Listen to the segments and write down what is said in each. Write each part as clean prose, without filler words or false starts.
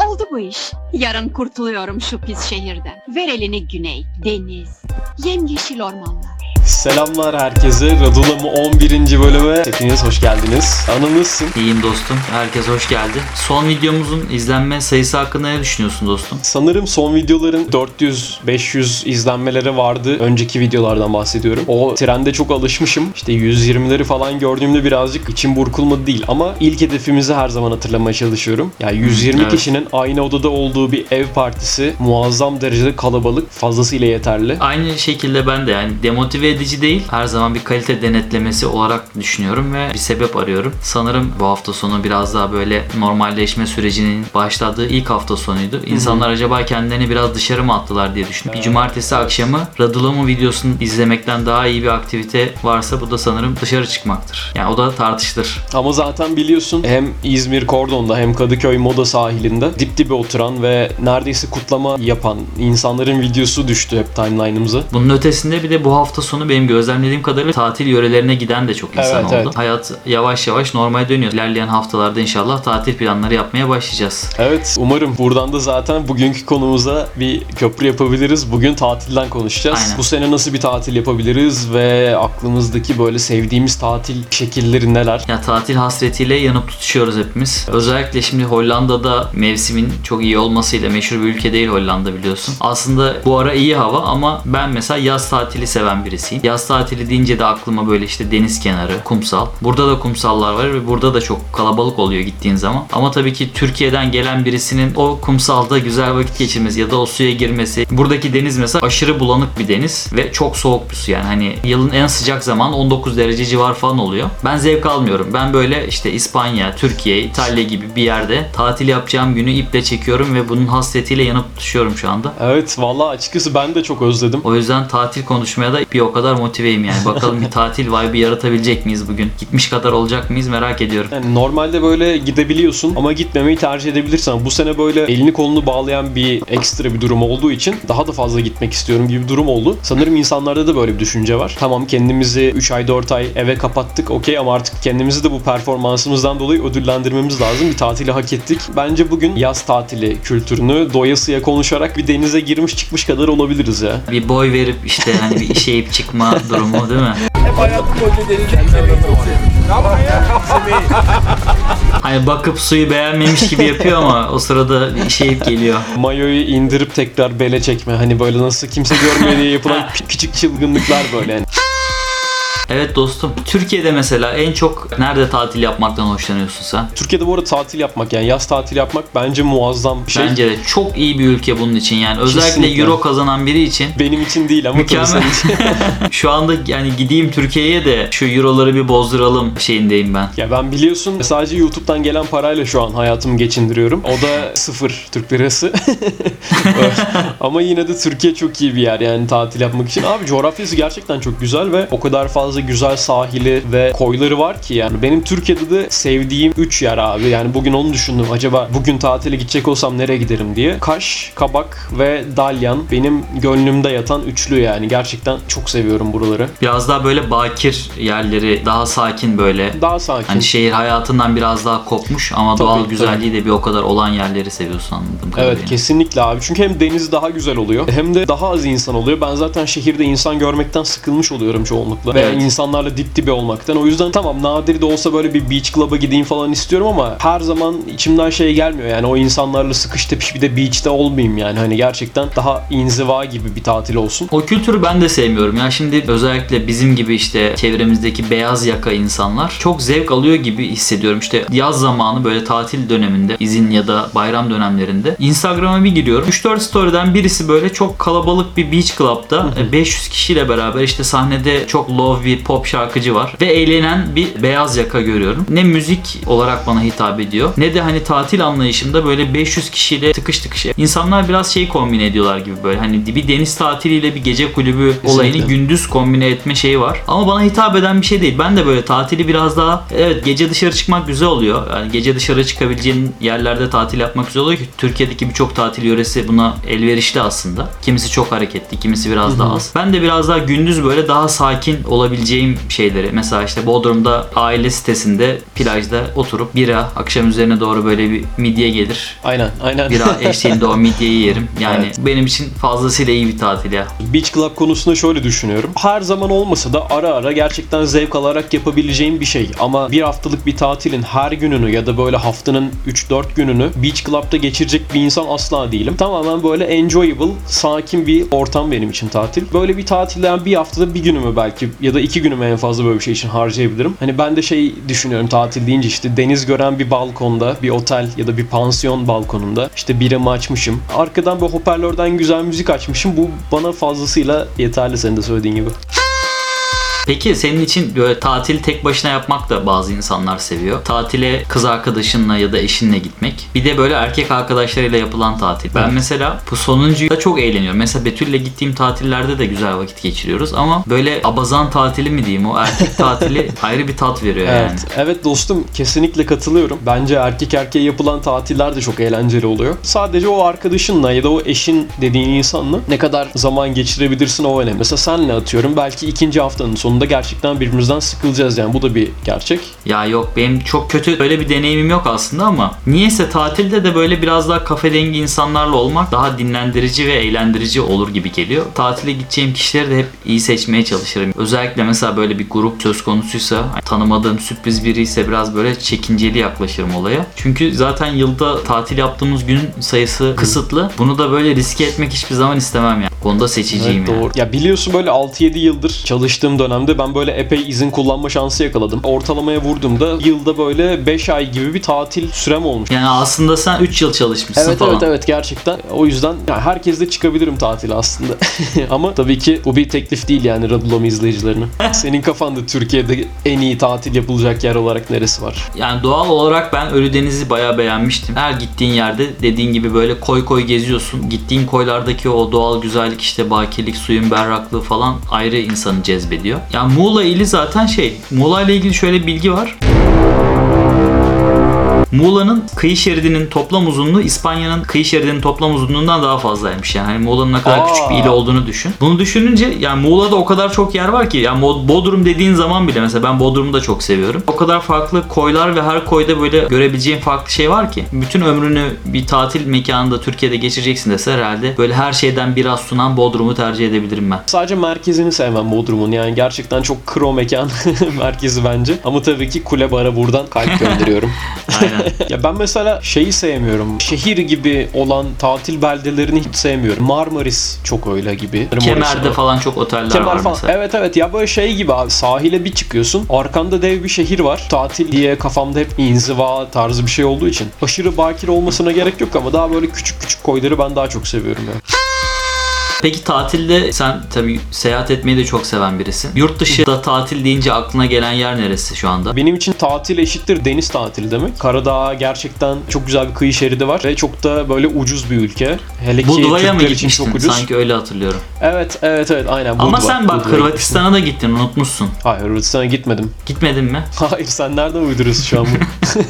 Oldu bu iş. Yarın kurtuluyorum şu pis şehirden. Ver elini güney, deniz, yemyeşil ormanlar. Selamlar herkese. Radulama 11. bölüme hepiniz hoş geldiniz. Anıl nasılsın? İyiyim dostum. Herkes hoş geldi. Son videomuzun izlenme sayısı hakkında ne düşünüyorsun dostum? Sanırım son videoların 400-500 izlenmeleri vardı. Önceki videolardan bahsediyorum. O trende çok alışmışım. İşte 120'leri falan gördüğümde birazcık içim burkulmadı değil. Ama ilk hedefimizi her zaman hatırlamaya çalışıyorum. Yani 120 evet. kişinin aynı odada olduğu bir ev partisi muazzam derecede kalabalık. Fazlasıyla yeterli. Aynı şekilde ben de yani demotive edici değil. Her zaman bir kalite denetlemesi olarak düşünüyorum ve bir sebep arıyorum. Sanırım bu hafta sonu biraz daha böyle normalleşme sürecinin başladığı ilk hafta sonuydu. İnsanlar acaba kendilerini biraz dışarı mı attılar diye düşündüm. Bir cumartesi akşamı Radulama videosunu izlemekten daha iyi bir aktivite varsa bu da sanırım dışarı çıkmaktır. Yani o da tartışılır. Ama zaten biliyorsun hem İzmir Kordon'da hem Kadıköy Moda sahilinde dip dibe oturan ve neredeyse kutlama yapan insanların videosu düştü hep timeline'ımıza. Bunun ötesinde bir de bu hafta sonu benim gözlemlediğim kadarıyla tatil yörelerine giden de çok insan oldu. Evet. Hayat yavaş yavaş normale dönüyor. İlerleyen haftalarda inşallah tatil planları yapmaya başlayacağız. Evet, umarım buradan da zaten bugünkü konumuza bir köprü yapabiliriz. Bugün tatilden konuşacağız. Aynen. Bu sene nasıl bir tatil yapabiliriz ve aklımızdaki böyle sevdiğimiz tatil şekilleri neler? Ya tatil hasretiyle yanıp tutuşuyoruz hepimiz. Özellikle şimdi Hollanda'da mevsimin çok iyi olmasıyla meşhur bir ülke değil Hollanda biliyorsun. Aslında bu ara iyi hava ama ben mesela yaz tatili seven birisiyim. Yaz tatili deyince de aklıma böyle işte deniz kenarı, kumsal. Burada da kumsallar var ve burada da çok kalabalık oluyor gittiğin zaman. Ama tabii ki Türkiye'den gelen birisinin o kumsalda güzel vakit geçirmesi ya da o suya girmesi. Buradaki deniz mesela aşırı bulanık bir deniz ve çok soğuk bir su yani. Hani yılın en sıcak zaman 19 derece civar falan oluyor. Ben zevk almıyorum. Ben böyle işte İspanya, Türkiye, İtalya gibi bir yerde tatil yapacağım günü iple çekiyorum ve bunun hasretiyle yanıp tutuşuyorum şu anda. Evet, vallahi açıkçası ben de çok özledim. O yüzden tatil konuşmaya da bir o kadar motiveyim yani. Bakalım bir tatil vibe'ı yaratabilecek miyiz bugün? Gitmiş kadar olacak mıyız merak ediyorum. Yani normalde böyle gidebiliyorsun ama gitmemeyi tercih edebilirsin. Ama bu sene böyle elini kolunu bağlayan bir ekstra bir durum olduğu için daha da fazla gitmek istiyorum gibi bir durum oldu. Sanırım insanlarda da böyle bir düşünce var. Tamam kendimizi 3 ay 4 ay eve kapattık okey ama artık kendimizi de bu performansımızdan dolayı ödüllendirmemiz lazım. Bir tatili hak ettik. Bence bugün yaz tatili kültürünü doyasıya konuşarak bir denize girmiş çıkmış kadar olabiliriz ya. Bir boy verip işte hani bir işeyip çıkma durumu değil mi? Hep hayatım boyunca denizden izlemeyi çok seviyorum. Hani bakıp suyu beğenmemiş gibi yapıyor ama o sırada bir işeyip geliyor. Mayoyu indirip tekrar bele çekme. Hani böyle nasıl kimse görmüyor diye yapılan küçük çılgınlıklar böyle yani. Evet dostum. Türkiye'de mesela en çok nerede tatil yapmaktan hoşlanıyorsun sen? Türkiye'de bu arada tatil yapmak yani yaz tatili yapmak bence muazzam bir şey. Bence de çok iyi bir ülke bunun için yani. Özellikle Kesinlikle. Euro kazanan biri için. Benim için değil ama tabii Mükemmel. senin için. Şu anda yani gideyim Türkiye'ye de şu euroları bir bozduralım şeyindeyim ben. Ya ben biliyorsun sadece YouTube'dan gelen parayla şu an hayatımı geçindiriyorum. O da 0 Türk lirası. Ama yine de Türkiye çok iyi bir yer yani tatil yapmak için. Abi coğrafyası gerçekten çok güzel ve o kadar fazla güzel sahili ve koyları var ki yani. Benim Türkiye'de de sevdiğim 3 yer abi. Yani bugün onu düşündüm. Acaba bugün tatile gidecek olsam nereye giderim diye. Kaş, Kabak ve Dalyan benim gönlümde yatan üçlü yani. Gerçekten çok seviyorum buraları. Biraz daha böyle bakir yerleri, daha sakin böyle. Daha sakin. Hani şehir hayatından biraz daha kopmuş ama Tabii, doğal tabii. güzelliği de bir o kadar olan yerleri seviyorsun anladığım kadarıyla. Evet kesinlikle abi. Çünkü hem deniz daha güzel oluyor hem de daha az insan oluyor. Ben zaten şehirde insan görmekten sıkılmış oluyorum çoğunlukla. Ve Evet. insanlarla dip dibe olmaktan. O yüzden tamam nadir de olsa böyle bir beach club'a gideyim falan istiyorum ama her zaman içimden şey gelmiyor. Yani o insanlarla sıkış tepiş bir de beach'te olmayayım yani. Hani gerçekten daha inziva gibi bir tatil olsun. O kültürü ben de sevmiyorum. Ya şimdi özellikle bizim gibi işte çevremizdeki beyaz yaka insanlar çok zevk alıyor gibi hissediyorum. İşte yaz zamanı böyle tatil döneminde, izin ya da bayram dönemlerinde Instagram'a bir giriyorum. 3-4 story'den birisi böyle çok kalabalık bir beach club'da 500 kişiyle beraber işte sahnede çok low bir pop şarkıcı var ve eğlenen bir beyaz yaka görüyorum. Ne müzik olarak bana hitap ediyor ne de hani tatil anlayışımda böyle 500 kişiyle tıkış tıkış. İnsanlar biraz şey kombine ediyorlar gibi böyle hani bir deniz tatiliyle bir gece kulübü olayını gündüz kombine etme şeyi var. Ama bana hitap eden bir şey değil. Ben de böyle tatili biraz daha evet gece dışarı çıkmak güzel oluyor. Yani gece dışarı çıkabileceğin yerlerde tatil yapmak güzel oluyor ki Türkiye'deki birçok tatil yöresi buna elverişli aslında. Kimisi çok hareketli, kimisi biraz daha az. Ben de biraz daha gündüz böyle daha sakin olabileceğim yapabileceğim şeyleri. Mesela işte Bodrum'da aile sitesinde plajda oturup bira, akşam üzerine doğru böyle bir midye gelir. Aynen. Bira eşliğinde o midyeyi yerim. Yani benim için fazlasıyla iyi bir tatil ya. Beach Club konusunda şöyle düşünüyorum. Her zaman olmasa da ara ara gerçekten zevk alarak yapabileceğim bir şey. Ama bir haftalık bir tatilin her gününü ya da böyle haftanın 3-4 gününü Beach Club'da geçirecek bir insan asla değilim. Tamamen böyle enjoyable, sakin bir ortam benim için tatil. Böyle bir tatilde yani bir haftada bir günümü belki ya da 2 günümü en fazla böyle bir şey için harcayabilirim. Hani ben de şey düşünüyorum tatil deyince işte deniz gören bir balkonda, bir otel ya da bir pansiyon balkonunda işte biramı açmışım. Arkadan bir hoparlörden güzel müzik açmışım. Bu bana fazlasıyla yeterli senin de söylediğin gibi. Peki senin için böyle tatil tek başına yapmak da bazı insanlar seviyor. Tatile kız arkadaşınla ya da eşinle gitmek. Bir de böyle erkek arkadaşlarıyla yapılan tatil. Ben mesela bu sonuncuyu çok eğleniyorum. Mesela Betül'le gittiğim tatillerde de güzel vakit geçiriyoruz ama böyle abazan tatili mi diyeyim, o erkek tatili ayrı bir tat veriyor yani. Evet dostum, kesinlikle katılıyorum. Bence erkek erkeğe yapılan tatiller de çok eğlenceli oluyor. Sadece o arkadaşınla ya da o eşin dediğin insanla ne kadar zaman geçirebilirsin o önemli. Mesela senle atıyorum belki ikinci haftanın sonunda gerçekten birbirimizden sıkılacağız yani, bu da bir gerçek. Ya yok, benim çok kötü öyle bir deneyimim yok aslında ama niyeyse tatilde de böyle biraz daha kafe dengi insanlarla olmak daha dinlendirici ve eğlendirici olur gibi geliyor. Tatile gideceğim kişileri de hep iyi seçmeye çalışırım. Özellikle mesela böyle bir grup söz konusuysa, tanımadığım sürpriz biri ise biraz böyle çekinceli yaklaşırım olaya. Çünkü zaten yılda tatil yaptığımız gün sayısı kısıtlı. Bunu da böyle riske etmek hiçbir zaman istemem yani. Konuda seçiciyim Evet, yani. doğru. Ya biliyorsun böyle 6-7 yıldır çalıştığım dönemde ben böyle epey izin kullanma şansı yakaladım. Ortalamaya vurduğumda yılda böyle 5 ay gibi bir tatil sürem olmuş. Yani aslında sen 3 yıl çalışmışsın falan. Evet gerçekten. O yüzden ya herkesle çıkabilirim tatile aslında. Ama tabii ki bu bir teklif değil yani Radulom izleyicilerine. Senin kafanda Türkiye'de en iyi tatil yapılacak yer olarak neresi var? Yani doğal olarak ben Ölüdeniz'i bayağı beğenmiştim. Her gittiğin yerde dediğin gibi böyle koy koy geziyorsun. Gittiğin koylardaki o doğal güzellik, işte bakirlik, suyun berraklığı falan ayrı insanı cezbediyor. Yani Muğla ili zaten Muğla ile ilgili şöyle bir bilgi var. Muğla'nın kıyı şeridinin toplam uzunluğu İspanya'nın kıyı şeridinin toplam uzunluğundan daha fazlaymış. Yani hani Muğla'nın ne kadar küçük bir il olduğunu düşün. Bunu düşününce yani Muğla'da o kadar çok yer var ki, yani Bodrum dediğin zaman bile, mesela ben Bodrum'u da çok seviyorum. O kadar farklı koylar ve her koyda böyle görebileceğin farklı şey var ki. Bütün ömrünü bir tatil mekanında Türkiye'de geçireceksin dese herhalde böyle her şeyden biraz sunan Bodrum'u tercih edebilirim ben. Sadece merkezini sevmem Bodrum'un, yani gerçekten çok kro mekan merkezi bence. Ama tabii ki Kule Bar'a buradan kalp gönderiyorum. Aynen. Ya ben mesela şeyi sevmiyorum. Şehir gibi olan tatil beldelerini hiç sevmiyorum. Marmaris çok öyle gibi. Kemer'de falan çok oteller var falan. mesela. Evet ya böyle şey gibi abi, sahile bir çıkıyorsun. Arkanda dev bir şehir var. Tatil diye kafamda hep inziva tarzı bir şey olduğu için aşırı bakir olmasına gerek yok ama daha böyle küçük küçük koyları ben daha çok seviyorum ya. Peki tatilde sen tabii seyahat etmeyi de çok seven birisin. Yurt dışında tatil deyince aklına gelen yer neresi şu anda? Benim için tatil eşittir deniz tatili demek. Karadağ gerçekten çok güzel bir kıyı şeridi var ve çok da böyle ucuz bir ülke. Hele ki Budva'ya mı Türkler için gitmiştin? çok ucuz. Sanki öyle hatırlıyorum. Evet aynen. Ama Budva, sen bak Budva'ya Hırvatistan'a da gittin, unutmuşsun. Hayır, Hırvatistan'a gitmedim. Gitmedin mi? Hayır, sen nereden uyduruyorsun şu an bunu?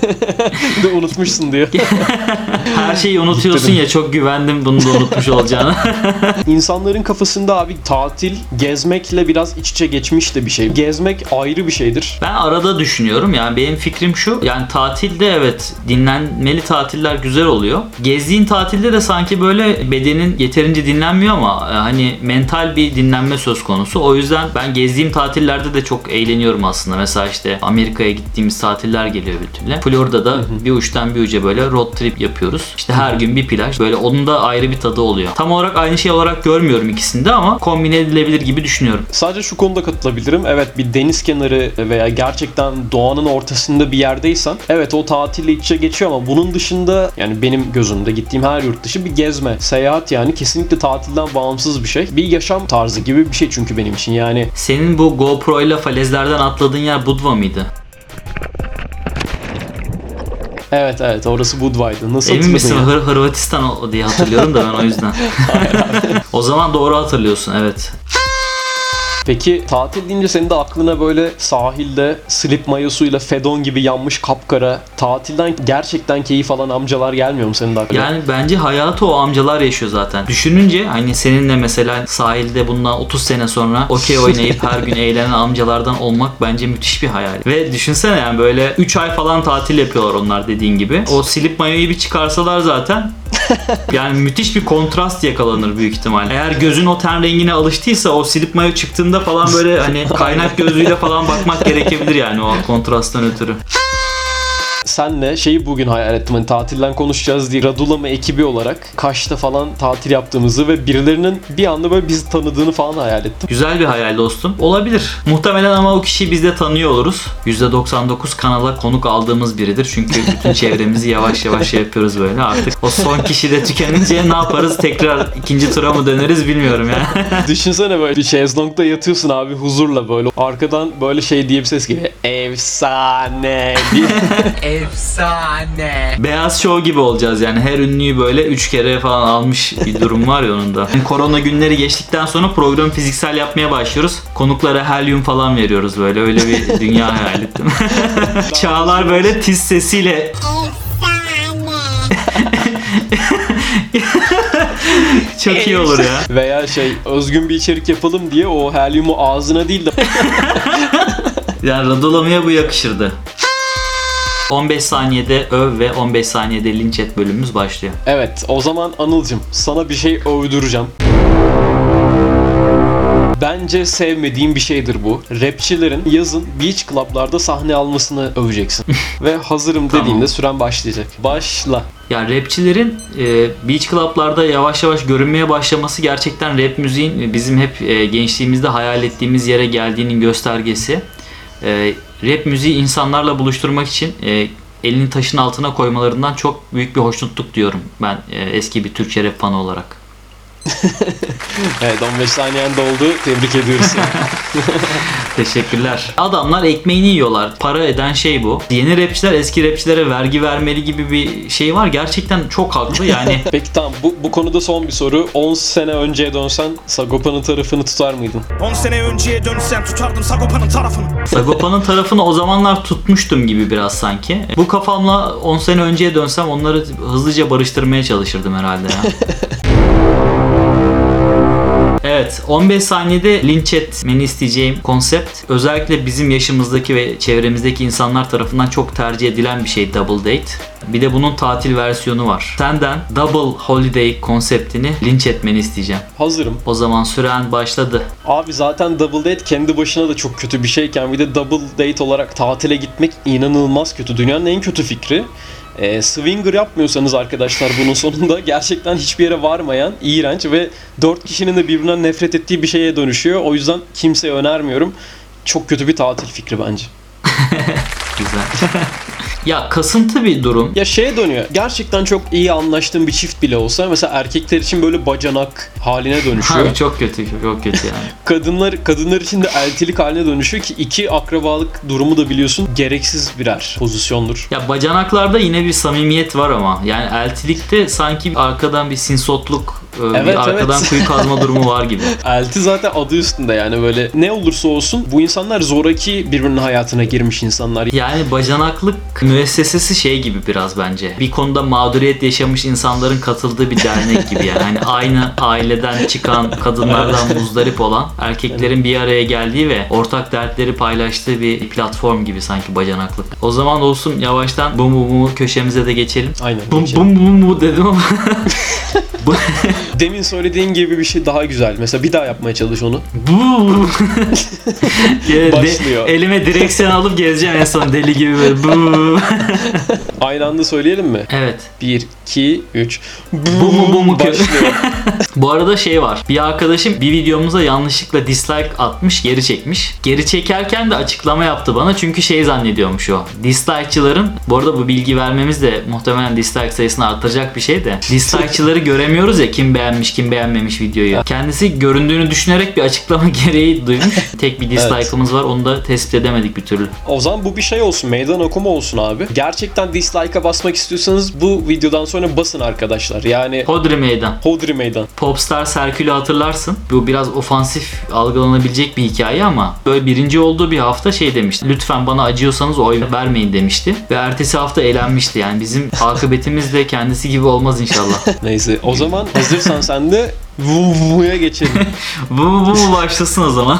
Bir de unutmuşsun diyor. Her şeyi unutuyorsun ya, çok güvendim bunu da unutmuş olacağını. İnsanların kafasında abi tatil gezmekle biraz iç içe geçmiş de bir şey. Gezmek ayrı bir şeydir. Ben arada düşünüyorum, yani benim fikrim şu, yani tatilde evet dinlenmeli tatiller güzel oluyor. Gezdiğin tatilde de sanki böyle bedenin yeterince dinlenmiyor ama hani mental bir dinlenme söz konusu. O yüzden ben gezdiğim tatillerde de çok eğleniyorum aslında. Mesela işte Amerika'ya gittiğimiz tatiller geliyor bütünle. Florida'da bir uçtan bir uca böyle road trip yapıyoruz. İşte her gün bir plaj. Böyle onun da ayrı bir tadı oluyor. Tam olarak aynı şey olarak görmüyorum ikisinde ama kombine edilebilir gibi düşünüyorum. Sadece şu konuda katılabilirim. Evet, bir deniz kenarı veya gerçekten doğanın ortasında bir yerdeysen evet o tatille iç içe geçiyor ama bunun dışında yani benim gözümde gittiğim her yurt dışı bir gezme, seyahat, yani kesinlikle tatilden bağımsız bir şey. Bir yaşam tarzı gibi bir şey çünkü benim için yani. Senin bu GoPro ile falezlerden atladığın yer Budva mıydı? Evet orası Budva'ydı. Nasıl Emin misin? hatırladın ya? Hırvatistan diye hatırlıyorum da ben o yüzden. O zaman doğru hatırlıyorsun, evet. Peki tatil deyince senin de aklına böyle sahilde slip mayosuyla fedon gibi yanmış kapkara, tatilden gerçekten keyif alan amcalar gelmiyor mu senin de aklına? Yani bence hayatı o amcalar yaşıyor zaten. Düşününce hani seninle mesela sahilde bundan 30 sene sonra okey oynayıp her gün eğlenen amcalardan olmak bence müthiş bir hayal. Ve düşünsene yani böyle 3 ay falan tatil yapıyorlar onlar dediğin gibi. O silip mayoyu bir çıkarsalar zaten yani müthiş bir kontrast yakalanır büyük ihtimalle. Eğer gözün o ten rengine alıştıysa o silip mayo çıktığında falan böyle hani kaynak gözüyle falan bakmak gerekebilir yani o kontrasttan ötürü. Senle şeyi bugün hayal ettim. Hani tatilden konuşacağız diye Radulama ekibi olarak Kaş'ta falan tatil yaptığımızı ve birilerinin bir anda böyle bizi tanıdığını falan hayal ettim. Güzel bir hayal dostum. Olabilir. Muhtemelen ama o kişiyi biz de tanıyor oluruz. %99 kanala konuk aldığımız biridir. Çünkü bütün çevremizi yavaş yavaş şey yapıyoruz böyle. Artık o son kişi de tükenince ne yaparız? Tekrar ikinci tura mı döneriz bilmiyorum yani. Düşünsene böyle bir şezlongda yatıyorsun abi huzurla böyle. Arkadan böyle şey diye bir ses geliyor. Efsane diye. Efsane. Beyaz Show gibi olacağız yani. Her ünlüyü böyle 3 kere falan almış bir durum var ya onun da. Korona günleri geçtikten sonra programı fiziksel yapmaya başlıyoruz. Konuklara helyum falan veriyoruz böyle. Öyle bir dünya hayal ettim. Çağlar böyle tiz sesiyle çok iyi olur ya. Veya şey özgün bir içerik yapalım diye o helyumu ağzına değil de Yani Radulama'ya bu yakışırdı. 15 saniyede öv ve 15 saniyede linç et bölümümüz başlıyor. Evet, o zaman Anılcım sana bir şey övdüreceğim. Bence sevmediğim bir şeydir bu. Rapçilerin yazın beach club'larda sahne almasını öveceksin. Ve hazırım Tamam. dediğinde süren başlayacak. Başla. Ya rapçilerin beach club'larda yavaş yavaş görünmeye başlaması gerçekten rap müziğin bizim hep gençliğimizde hayal ettiğimiz yere geldiğinin göstergesi. Rap müziği insanlarla buluşturmak için elini taşın altına koymalarından çok büyük bir hoşnutluk diyorum ben eski bir Türkçe rap fanı olarak. Evet 15 saniyen doldu. Tebrik ediyoruz seni. Teşekkürler. Adamlar ekmeğini yiyorlar. Para eden şey bu. Yeni rapçiler eski rapçilere vergi vermeli gibi bir şey var. Gerçekten çok haklı yani. Peki tamam bu konuda son bir soru. 10 sene önceye dönsen Sagopa'nın tarafını tutar mıydın? 10 sene önceye dönsem tutardım Sagopa'nın tarafını. Sagopa'nın tarafını o zamanlar tutmuştum gibi biraz sanki. Bu kafamla 10 sene önceye dönsem onları hızlıca barıştırmaya çalışırdım herhalde ya. Evet, 15 saniyede linç etmeni isteyeceğim konsept özellikle bizim yaşımızdaki ve çevremizdeki insanlar tarafından çok tercih edilen bir şey double date. Bir de bunun tatil versiyonu var. Senden double holiday konseptini linç etmeni isteyeceğim. Hazırım. O zaman süren başladı. Abi zaten double date kendi başına da çok kötü bir şeyken bir de double date olarak tatile gitmek inanılmaz kötü. Dünyanın en kötü fikri. Swinger yapmıyorsanız arkadaşlar bunun sonunda gerçekten hiçbir yere varmayan, iğrenç ve 4 kişinin de birbirinden nefret ettiği bir şeye dönüşüyor. O yüzden kimseye önermiyorum. Çok kötü bir tatil fikri bence. Güzel. Ya kasıntı bir durum. Ya şeye dönüyor. Gerçekten çok iyi anlaştığım bir çift bile olsa mesela erkekler için böyle bacanak haline dönüşüyor. Abi çok kötü, çok kötü yani. Kadınlar için de eltilik haline dönüşüyor ki iki akrabalık durumu da biliyorsun gereksiz birer pozisyondur. Ya bacanaklarda yine bir samimiyet var ama yani eltilikte sanki arkadan bir sinsotluk, Evet, bir arkadan evet. kuyu kazma durumu var gibi. Elti zaten adı üstünde yani böyle ne olursa olsun bu insanlar zoraki birbirinin hayatına girmiş insanlar. Yani bacanaklık müessesesi şey gibi biraz bence. Bir konuda mağduriyet yaşamış insanların katıldığı bir dernek gibi yani. Hani aynı aileden çıkan kadınlardan muzdarip olan erkeklerin bir araya geldiği ve ortak dertleri paylaştığı bir platform gibi sanki bacanaklık. O zaman olsun yavaştan bum köşemize de geçelim. Aynen. Bum dedim ama. Demin söylediğin gibi bir şey daha güzel. Mesela bir daha yapmaya çalış onu. Başlıyor. Elime direksiyon alıp gezeceğim en son deli gibi böyle. Aynı anda söyleyelim mi? Evet. 1, 2, 3. Bumu Başlıyor. Bu arada şey var. Bir arkadaşım bir videomuza yanlışlıkla dislike atmış, geri çekmiş. Geri çekerken de açıklama yaptı bana çünkü şey zannediyormuş o. Dislike'çıların, bu arada bu bilgi vermemiz de muhtemelen dislike sayısını arttıracak bir şey de. Dislike'çıları göremiyor göremiyoruz ya kim beğenmiş kim beğenmemiş videoyu. Kendisi göründüğünü düşünerek bir açıklama gereği duymuş. Tek bir dislike'ımız var, onu da tespit edemedik bir türlü. O zaman bu bir şey olsun, meydan okuma olsun abi. Gerçekten dislike'a basmak istiyorsanız bu videodan sonra basın arkadaşlar. Yani Hodri meydan. Hodri meydan. Popstar Serkül'ü hatırlarsın. Bu biraz ofansif algılanabilecek bir hikaye ama böyle birinci olduğu bir hafta şey demişti. Lütfen bana acıyorsanız oy vermeyin demişti. Ve ertesi hafta eğlenmişti. Yani bizim akıbetimiz de kendisi gibi olmaz inşallah. Neyse o zaman hazırsan sen de vuvuya geçelim. bu başlasın o zaman.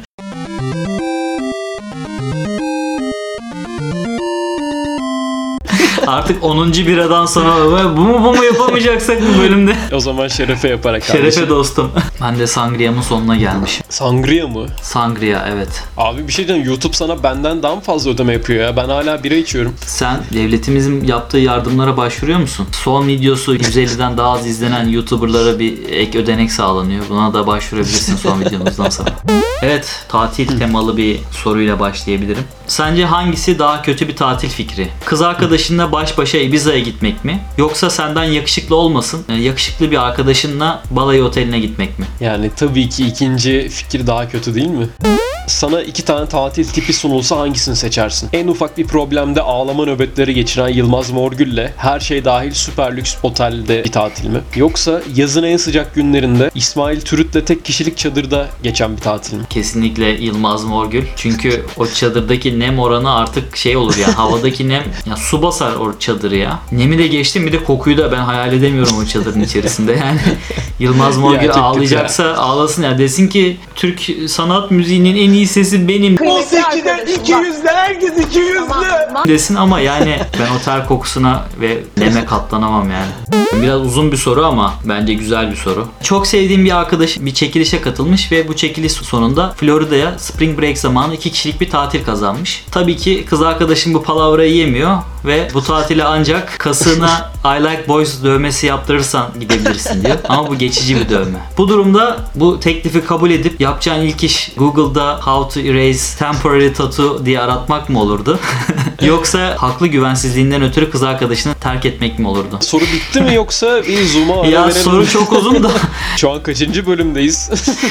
Artık 10. biradan sonra bu mu yapamayacaksak bu bölümde. O zaman şerefe yaparak kardeşim. Şerefe dostum. Ben de Sangria'mın sonuna gelmişim. Sangria mı? Sangria evet. Abi bir şey diyeyim, YouTube sana benden daha mı fazla ödeme yapıyor ya? Ben hala bira içiyorum. Sen devletimizin yaptığı yardımlara başvuruyor musun? Son videosu 150'den daha az izlenen YouTuber'lara bir ek ödenek sağlanıyor. Buna da başvurabilirsin son videomuzdan sonra. Evet, tatil temalı bir soruyla başlayabilirim. Sence hangisi daha kötü bir tatil fikri? Kız arkadaşınla baş başa Ibiza'ya gitmek mi? Yoksa senden yakışıklı olmasın, yakışıklı bir arkadaşınla balayı oteline gitmek mi? Yani tabii ki ikinci fikir daha kötü değil mi? Sana 2 tane tatil tipi sunulsa hangisini seçersin? En ufak bir problemde ağlama nöbetleri geçiren Yılmaz Morgül'le her şey dahil süper lüks otelde bir tatil mi? Yoksa yazın en sıcak günlerinde İsmail Türüt'le tek kişilik çadırda geçen bir tatil mi? Kesinlikle Yılmaz Morgül. Çünkü o çadırdaki nem oranı artık şey olur ya, havadaki nem ya su basar o çadırı ya. Nemi de geçtim, bir de kokuyu da ben hayal edemiyorum o çadırın içerisinde. Yani Yılmaz Morgül Ya, çok ağlayacaksa ağlasın ya, desin ki Türk sanat müziğinin en iyi sesi benim 18'den 200'de herkes 200'lü. desin ama yani ben o ter kokusuna ve neme katlanamam yani. Biraz uzun bir soru ama bence güzel bir soru. Çok sevdiğim bir arkadaş bir çekilişe katılmış ve bu çekiliş sonunda Florida'ya Spring Break zamanı 2 kişilik bir tatil kazanmış. Tabii ki kız arkadaşım bu palavrayı yemiyor ve bu tatile ancak kasığına I like boys dövmesi yaptırırsan gidebilirsin diyor. Ama bu geçici bir dövme. Bu durumda bu teklifi kabul edip yapacağın ilk iş Google'da how to erase temporary tattoo diye aratmak mı olurdu? Yoksa haklı güvensizliğinden ötürü kız arkadaşını terk etmek mi olurdu? Soru bitti mi yoksa bir zoom'a ara Ya verelim? soru çok uzun da. Şu an kaçıncı bölümdeyiz?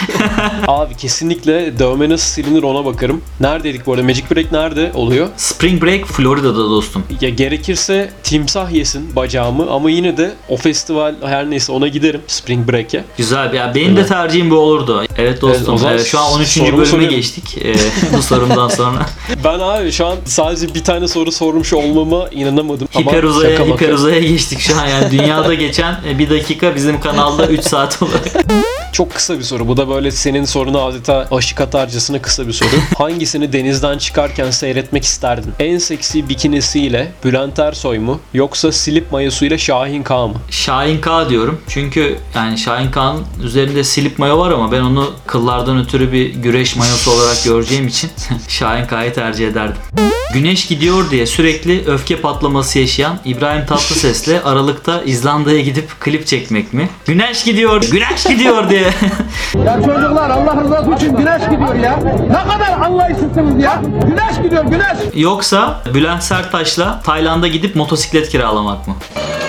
Abi kesinlikle dövme nasıl silinir ona bakarım. Neredeydik bu arada? Magic Break nerede oluyor? Spring Break Florida'da dostum. Ya gerekirse timsah yesin bacağımı ama yine de o festival her neyse ona giderim Spring Break'e. Güzel. Ya benim de tercihim bu olurdu. Evet dostum. Evet, o zaman Şu an 13. sorumu bölüme soruyorum. geçtik. Bu sorumdan sonra. Ben abi şu an sadece bir tane soru sormuş olmama inanamadım. Ama şaka maka. Hiperuzaya geçtik şu an. Yani dünyada geçen bir dakika bizim kanalda 3 saat olarak. Çok kısa bir soru. Bu da böyle senin soruna adeta aşık atarcasına kısa bir soru. Hangisini denizden çıkarken seyretmek isterdin? En seksi bikinisiyle Bülent Ersoy mu? Yoksa slip mayosuyla Şahin K mı? Şahin K diyorum. Çünkü yani Şahin K'nın üzerinde slip mayo var ama ben onu kıllardan ötürü bir güreş mayosu olarak göreceğim için Şahin K'yı tercih ederdim. Güneş gidiyor diye sürekli öfke patlaması yaşayan İbrahim Tatlıses'le Aralık'ta İzlanda'ya gidip klip çekmek mi? Güneş gidiyor, güneş gidiyor diye. Ya çocuklar Allah rızası için güneş gidiyor ya. Ne kadar anlayışsızsınız ya. Güneş gidiyor güneş. Yoksa Bülent Serttaş'la Tayland'a gidip motosiklet kiralamak mı?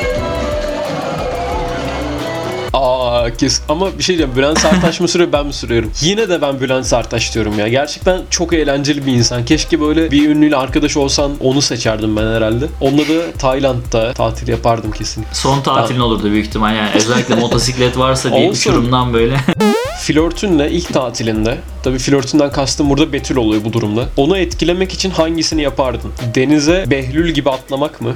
Ama bir şey diyeceğim. Bülent Serttaş mı sürüyor ben mi sürüyorum? Yine de ben Bülent Serttaş diyorum ya. Gerçekten çok eğlenceli bir insan. Keşke böyle bir ünlüyle arkadaş olsan onu seçerdim ben herhalde. Onunla da Tayland'da tatil yapardım kesinlikle. Son tatilin olurdu büyük ihtimal yani. Özellikle motosiklet varsa bir Olsun. uçurumdan böyle. Flörtünle ilk tatilinde, tabii flörtünden kastım burada Betül oluyor bu durumda. Onu etkilemek için hangisini yapardın? Denize Behlül gibi atlamak mı?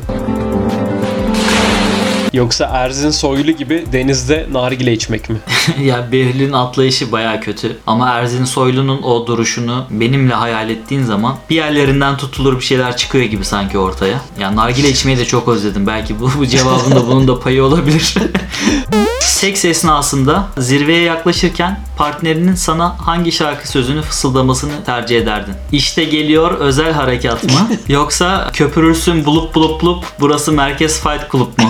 Yoksa Erzin Soylu gibi denizde nargile içmek mi? Ya Behlül'ün atlayışı baya kötü. Ama Erzin Soylu'nun o duruşunu benimle hayal ettiğin zaman bir yerlerinden tutulur bir şeyler çıkıyor gibi sanki ortaya. Ya nargile içmeyi de çok özledim. Belki bu cevabında bunun da payı olabilir. Seks esnasında zirveye yaklaşırken partnerinin sana hangi şarkı sözünü fısıldamasını tercih ederdin? İşte geliyor özel harekat mı? Yoksa köpürürsün bulup bulup bulup burası Merkez Fight Club mu?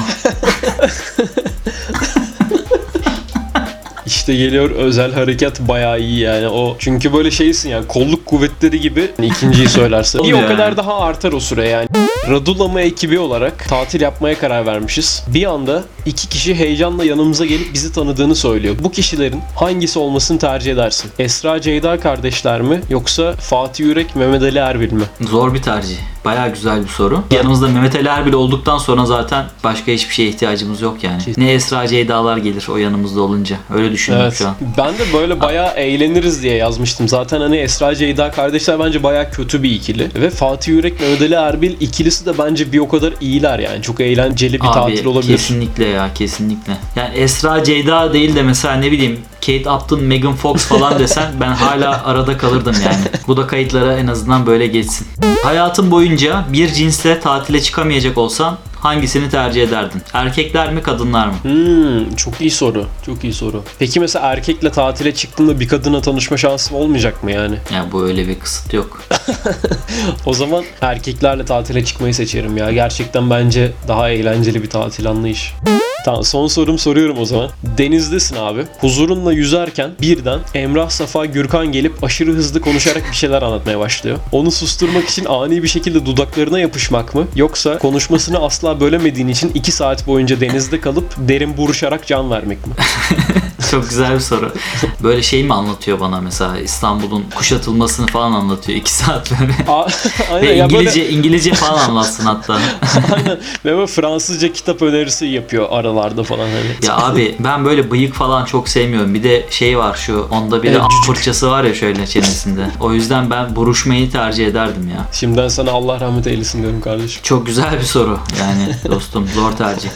İşte geliyor özel harekat bayağı iyi yani o. Çünkü böyle şeysin yani kolluk kolluk kuvvetleri gibi ikinciyi söylerse. Bir Oluyor o kadar yani. daha artar o süre yani. Radulama ekibi olarak tatil yapmaya karar vermişiz. Bir anda 2 kişi heyecanla yanımıza gelip bizi tanıdığını söylüyor. Bu kişilerin hangisi olmasını tercih edersin? Esra Ceyda kardeşler mi yoksa Fatih Yürek, Mehmet Ali Erbil mi? Zor bir tercih. Bayağı güzel bir soru. Yanımızda Mehmet Ali Erbil olduktan sonra zaten başka hiçbir şeye ihtiyacımız yok yani. Ne Esra Ceyda'lar gelir o yanımızda olunca. Öyle düşünüyorum Evet. şu an. Ben de böyle bayağı eğleniriz diye yazmıştım. Zaten hani Esra Ceyda kardeşler bence bayağı kötü bir ikili. Ve Fatih Yürek, Mehmet Ali Erbil ikilisi de bence bir o kadar iyiler yani. Çok eğlenceli bir tatil olabilir. Kesinlikle ya, kesinlikle. Yani Esra Ceyda değil de mesela ne bileyim Kate Upton, Megan Fox falan desen ben hala arada kalırdım yani. Bu da kayıtlara en azından böyle geçsin. Hayatın boyunca bir cinsle tatile çıkamayacak olsan hangisini tercih ederdin? Erkekler mi, kadınlar mı? Çok iyi soru. Çok iyi soru. Peki mesela erkekle tatile çıktığında bir kadına tanışma şansım olmayacak mı yani? Ya bu öyle bir kısıt yok. O zaman erkeklerle tatile çıkmayı seçerim ya. Gerçekten bence daha eğlenceli bir tatil anlayış. Tamam, son sorum soruyorum o zaman. Denizdesin abi. Huzurunla yüzerken birden Emrah, Safa, Gürkan gelip aşırı hızlı konuşarak bir şeyler anlatmaya başlıyor. Onu susturmak için ani bir şekilde dudaklarına yapışmak mı? Yoksa konuşmasını asla bölemediğin için 2 saat boyunca denizde kalıp derin buruşarak can vermek mi? Çok güzel bir soru. Böyle şey mi anlatıyor bana mesela İstanbul'un kuşatılmasını falan anlatıyor 2 saat böyle. Aynen Ve ya, İngilizce falan anlatsın hatta. aynen. Ve böyle Fransızca kitap önerisi yapıyor aralarda falan hani. Ya abi ben böyle bıyık falan çok sevmiyorum. Bir de şey var şu onda bir de Evet, cücük. fırçası var ya şöyle çenesinde. O yüzden ben buruşmayı tercih ederdim ya. Şimdiden sana Allah rahmet eylesin diyorum kardeşim. Çok güzel bir soru yani dostum, zor tercih.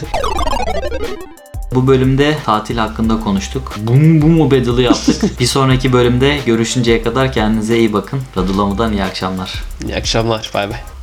Bu bölümde tatil hakkında konuştuk. Bu mu bedel'i yaptık. Bir sonraki bölümde görüşünceye kadar kendinize iyi bakın. Radulamu'dan iyi akşamlar. İyi akşamlar. Bay bay.